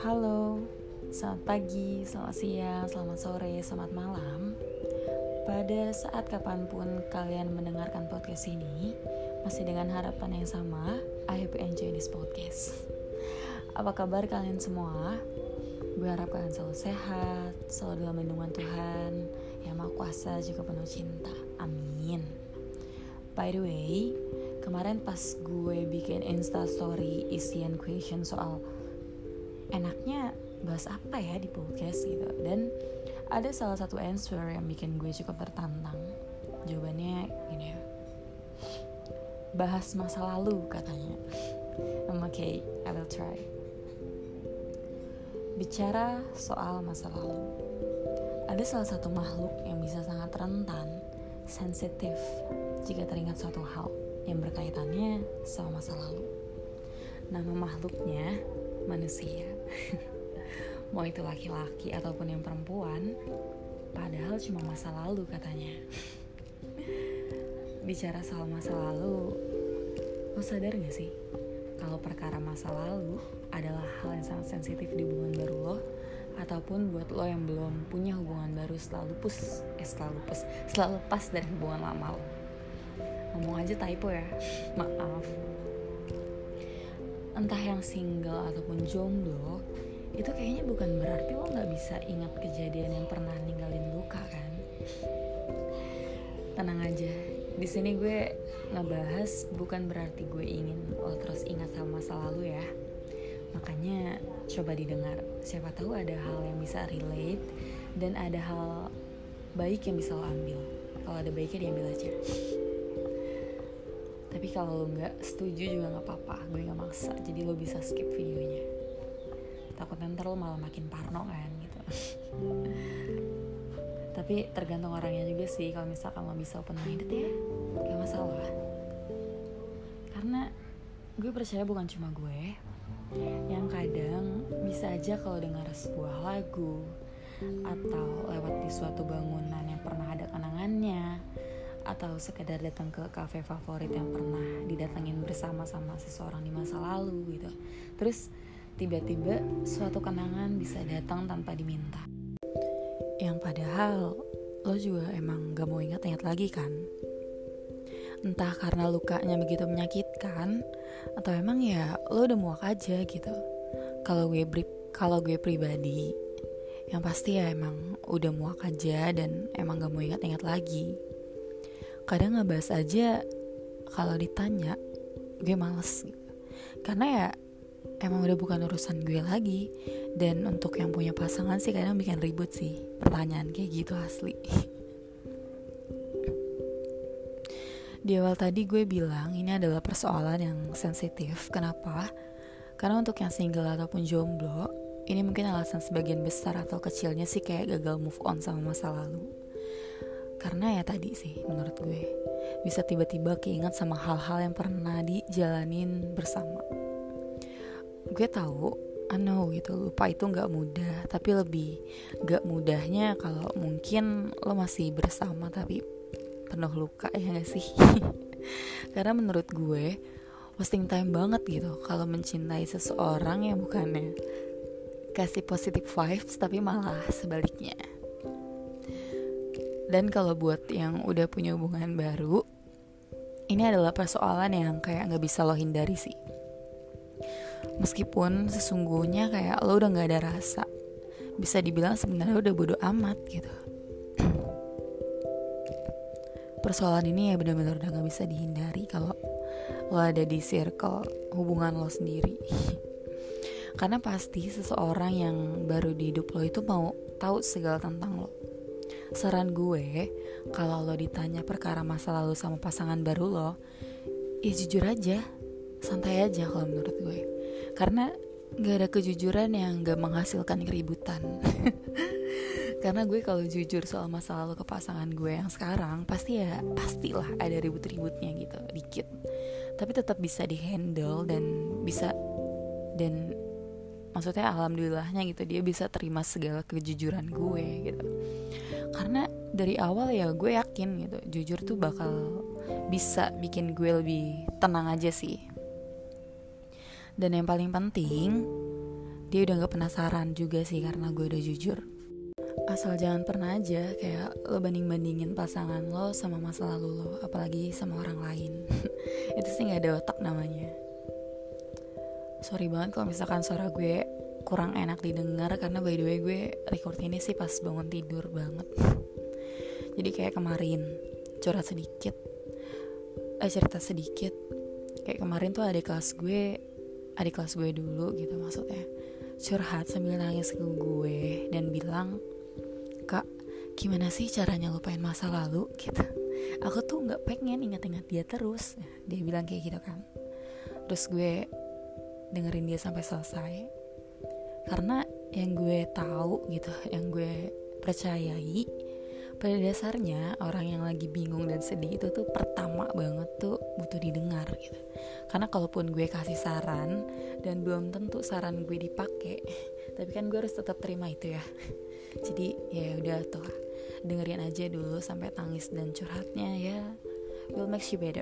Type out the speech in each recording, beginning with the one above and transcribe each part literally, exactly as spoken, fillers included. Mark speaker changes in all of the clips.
Speaker 1: Halo, selamat pagi, selamat siang, selamat sore, selamat malam. Pada saat kapanpun kalian mendengarkan podcast ini, masih dengan harapan yang sama, I hope you enjoy this podcast. Apa kabar kalian semua? Gue harap kalian selalu sehat, selalu dalam lindungan Tuhan Yang Maha Kuasa juga penuh cinta. Amin. By the way, kemarin pas gue bikin instastory isian question soal enaknya bahas apa ya di podcast gitu, dan ada salah satu answer yang bikin gue cukup tertantang. Jawabannya gini ya, bahas masa lalu katanya. um, Oke, okay, I will try. Bicara soal masa lalu, ada salah satu makhluk yang bisa sangat rentan, sensitif jika teringat suatu hal yang berkaitannya sama masa lalu. Nama makhluknya manusia. Mau itu laki-laki ataupun yang perempuan, padahal cuma masa lalu katanya. Bicara soal masa lalu, lo sadar gak sih kalau perkara masa lalu adalah hal yang sangat sensitif di hubungan baru lo, ataupun buat lo yang belum punya hubungan baru selalu pus, eh selalu pus, selalu lepas dari hubungan lama lo. Ngomong aja typo ya, maaf. Entah yang single ataupun jomblo, itu kayaknya bukan berarti lo gak bisa ingat kejadian yang pernah ninggalin luka kan. Tenang aja, di sini gue ngebahas bukan berarti gue ingin lo terus ingat sama masa lalu ya. Makanya coba didengar, siapa tahu ada hal yang bisa relate dan ada hal baik yang bisa lo ambil. Kalau ada baiknya diambil aja. Tapi kalau lo gak setuju juga gak apa-apa, gue gak maksa, jadi lo bisa skip videonya. Takutnya ntar lo malah makin parno kan gitu. Tapi tergantung orangnya juga sih. Kalau misalkan lo bisa open minded ya gak masalah. Karena gue percaya bukan cuma gue yang kadang bisa aja kalau dengar sebuah lagu atau lewat di suatu bangunan yang pernah ada kenangannya, atau sekedar datang ke kafe favorit yang pernah didatengin bersama-sama seseorang di masa lalu gitu. Terus tiba-tiba suatu kenangan bisa datang tanpa diminta, yang padahal lo juga emang gak mau ingat-ingat lagi kan. Entah karena lukanya begitu menyakitkan, atau emang ya lo udah muak aja gitu. Kalau gue kalau gue pribadi, yang pasti ya emang udah muak aja dan emang gak mau ingat-ingat lagi. Kadang ngebahas aja kalau ditanya gue males gitu. Karena ya emang udah bukan urusan gue lagi. Dan untuk yang punya pasangan sih kadang bikin ribut sih pertanyaan kayak gitu asli. Di awal tadi gue bilang ini adalah persoalan yang sensitif. Kenapa? Karena untuk yang single ataupun jomblo, ini mungkin alasan sebagian besar atau kecilnya sih kayak gagal move on sama masa lalu. Karena ya tadi sih menurut gue bisa tiba-tiba keinget sama hal-hal yang pernah dijalanin bersama. Gue tahu, I know gitu, lupa itu gak mudah. Tapi lebih gak mudahnya kalau mungkin lo masih bersama tapi penuh luka, ya gak sih? Karena menurut gue wasting time banget gitu kalau mencintai seseorang yang bukannya kasih positive vibes tapi malah sebaliknya. Dan kalau buat yang udah punya hubungan baru, ini adalah persoalan yang kayak gak bisa lo hindari sih. Meskipun sesungguhnya kayak lo udah gak ada rasa, bisa dibilang sebenarnya udah bodo amat gitu. Persoalan ini ya benar-benar udah gak bisa dihindari kalau lo ada di circle hubungan lo sendiri. Karena pasti seseorang yang baru di hidup lo itu mau tahu segala tentang lo. Saran gue, kalau lo ditanya perkara masa lalu sama pasangan baru lo, ya jujur aja, santai aja kalau menurut gue. Karena gak ada kejujuran yang gak menghasilkan keributan. Karena gue kalau jujur soal masa lalu ke pasangan gue yang sekarang, pasti ya pastilah ada ribut-ributnya gitu, dikit. Tapi tetap bisa dihandle dan bisa, dan maksudnya alhamdulillahnya gitu, dia bisa terima segala kejujuran gue gitu. Karena dari awal ya gue yakin gitu, jujur tuh bakal bisa bikin gue lebih tenang aja sih. Dan yang paling penting, dia udah gak penasaran juga sih karena gue udah jujur. Asal jangan pernah aja kayak lo banding-bandingin pasangan lo sama masa lalu lo, apalagi sama orang lain. Itu sih gak ada otak namanya. Sorry banget kalau misalkan suara gue kurang enak didengar, karena by the way gue record ini sih pas bangun tidur banget. Jadi kayak kemarin curhat sedikit, eh cerita sedikit. Kayak kemarin tuh adik kelas gue, adik kelas gue dulu gitu maksudnya, curhat sambil nangis ke gue dan bilang, "Kak, gimana sih caranya lupain masa lalu?" gitu. Aku tuh nggak pengen ingat-ingat dia terus. Dia bilang kayak gitu kan. Terus gue dengerin dia sampai selesai, karena yang gue tahu gitu, yang gue percayai, pada dasarnya orang yang lagi bingung dan sedih itu tuh pertama banget tuh butuh didengar gitu. Karena kalaupun gue kasih saran dan belum tentu saran gue dipakai, tapi kan gue harus tetap terima itu ya. Jadi ya udah tuh, dengerin aja dulu sampai tangis dan curhatnya ya, will make you better.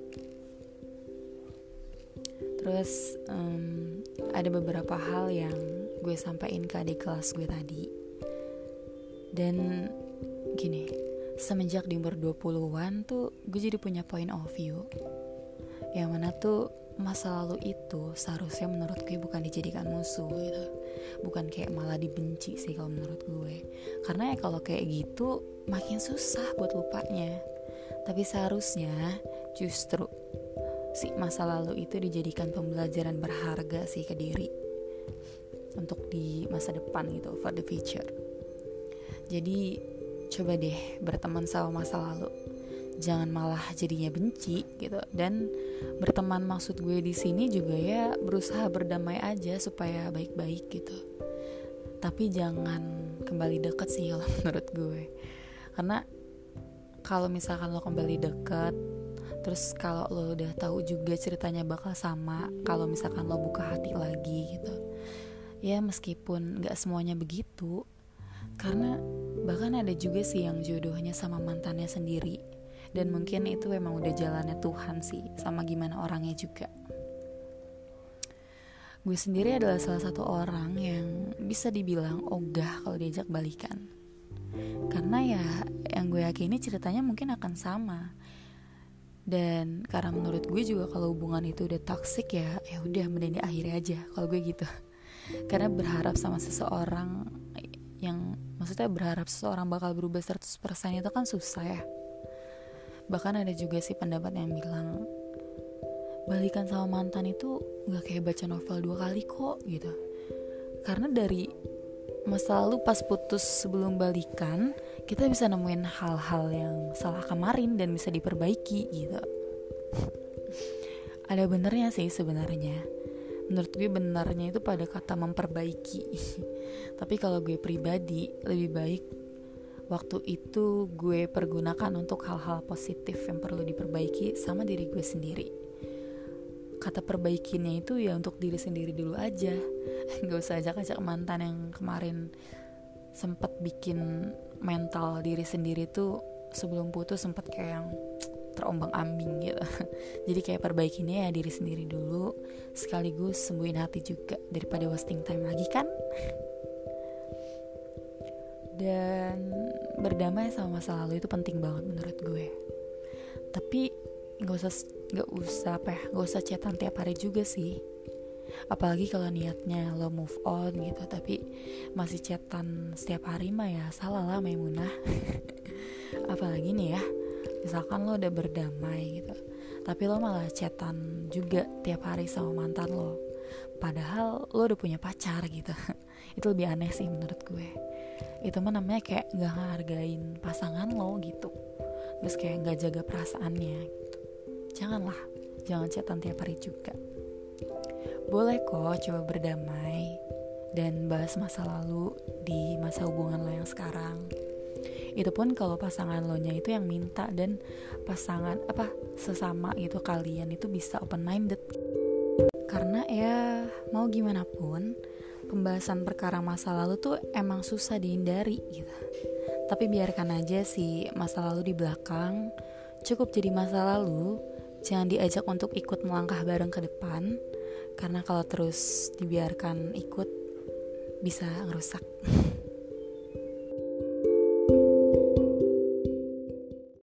Speaker 1: Terus um, ada beberapa hal yang gue sampaikan ke adik kelas gue tadi. Dan gini, semenjak di umur dua puluhan tuh gue jadi punya point of view yang mana tuh masa lalu itu seharusnya menurut gue bukan dijadikan musuh gitu, bukan kayak malah dibenci sih kalau menurut gue. Karena ya kalau kayak gitu makin susah buat lupanya. Tapi seharusnya justru si masa lalu itu dijadikan pembelajaran berharga sih ke diri untuk di masa depan gitu, for the future. Jadi coba deh berteman sama masa lalu, jangan malah jadinya benci gitu. Dan berteman maksud gue di sini juga ya berusaha berdamai aja supaya baik-baik gitu. Tapi jangan kembali deket sih kalau menurut gue. Karena kalau misalkan lo kembali deket, terus kalau lo udah tahu juga ceritanya bakal sama, kalau misalkan lo buka hati lagi gitu, ya meskipun gak semuanya begitu. Karena bahkan ada juga sih yang jodohnya sama mantannya sendiri, dan mungkin itu emang udah jalannya Tuhan sih, sama gimana orangnya juga. Gue sendiri adalah salah satu orang yang bisa dibilang ogah kalau diajak balikan. Karena ya yang gue yakini ceritanya mungkin akan sama. Dan karena menurut gue juga kalau hubungan itu udah toxic ya, ya udah mending akhirnya aja kalau gue gitu. Karena berharap sama seseorang yang, maksudnya berharap seseorang bakal berubah seratus persen itu kan susah ya. Bahkan ada juga sih pendapat yang bilang balikan sama mantan itu gak kayak baca novel dua kali kok gitu. Karena dari masa lalu pas putus sebelum balikan, kita bisa nemuin hal-hal yang salah kemarin dan bisa diperbaiki gitu. Ada benernya sih sebenarnya. Menurut gue benarnya itu pada kata memperbaiki. Tapi kalau gue pribadi, lebih baik waktu itu gue pergunakan untuk hal-hal positif yang perlu diperbaiki sama diri gue sendiri. Kata perbaikinya itu ya untuk diri sendiri dulu aja. Gak usah ajak-ajak mantan yang kemarin sempat bikin mental diri sendiri tuh sebelum putus sempat kayak yang terombang-ambing gitu. Jadi kayak perbaikinya ya diri sendiri dulu, sekaligus sembuhin hati juga daripada wasting time lagi kan. Dan berdamai sama masa lalu itu penting banget menurut gue. Tapi nggak usah nggak usah apa ya, nggak usah chatan tiap hari juga sih. Apalagi kalau niatnya lo move on gitu, tapi masih chatan setiap hari mah ya salah lah Maimunah. Apalagi nih ya, misalkan lo udah berdamai gitu, tapi lo malah chatan juga tiap hari sama mantan lo, padahal lo udah punya pacar gitu. Itu lebih aneh sih menurut gue. Itu mah namanya kayak gak ngehargain pasangan lo gitu, terus kayak gak jaga perasaannya gitu. Janganlah, jangan chatan tiap hari juga. Boleh kok coba berdamai dan bahas masa lalu di masa hubungan lo yang sekarang. Itu pun kalau pasangan lo nya itu yang minta, dan pasangan apa sesama gitu kalian itu bisa open minded. Karena ya mau gimana pun pembahasan perkara masa lalu tuh emang susah dihindari gitu. Tapi biarkan aja sih masa lalu di belakang, cukup jadi masa lalu. Jangan diajak untuk ikut melangkah bareng ke depan. Karena kalau terus dibiarkan ikut, bisa ngerusak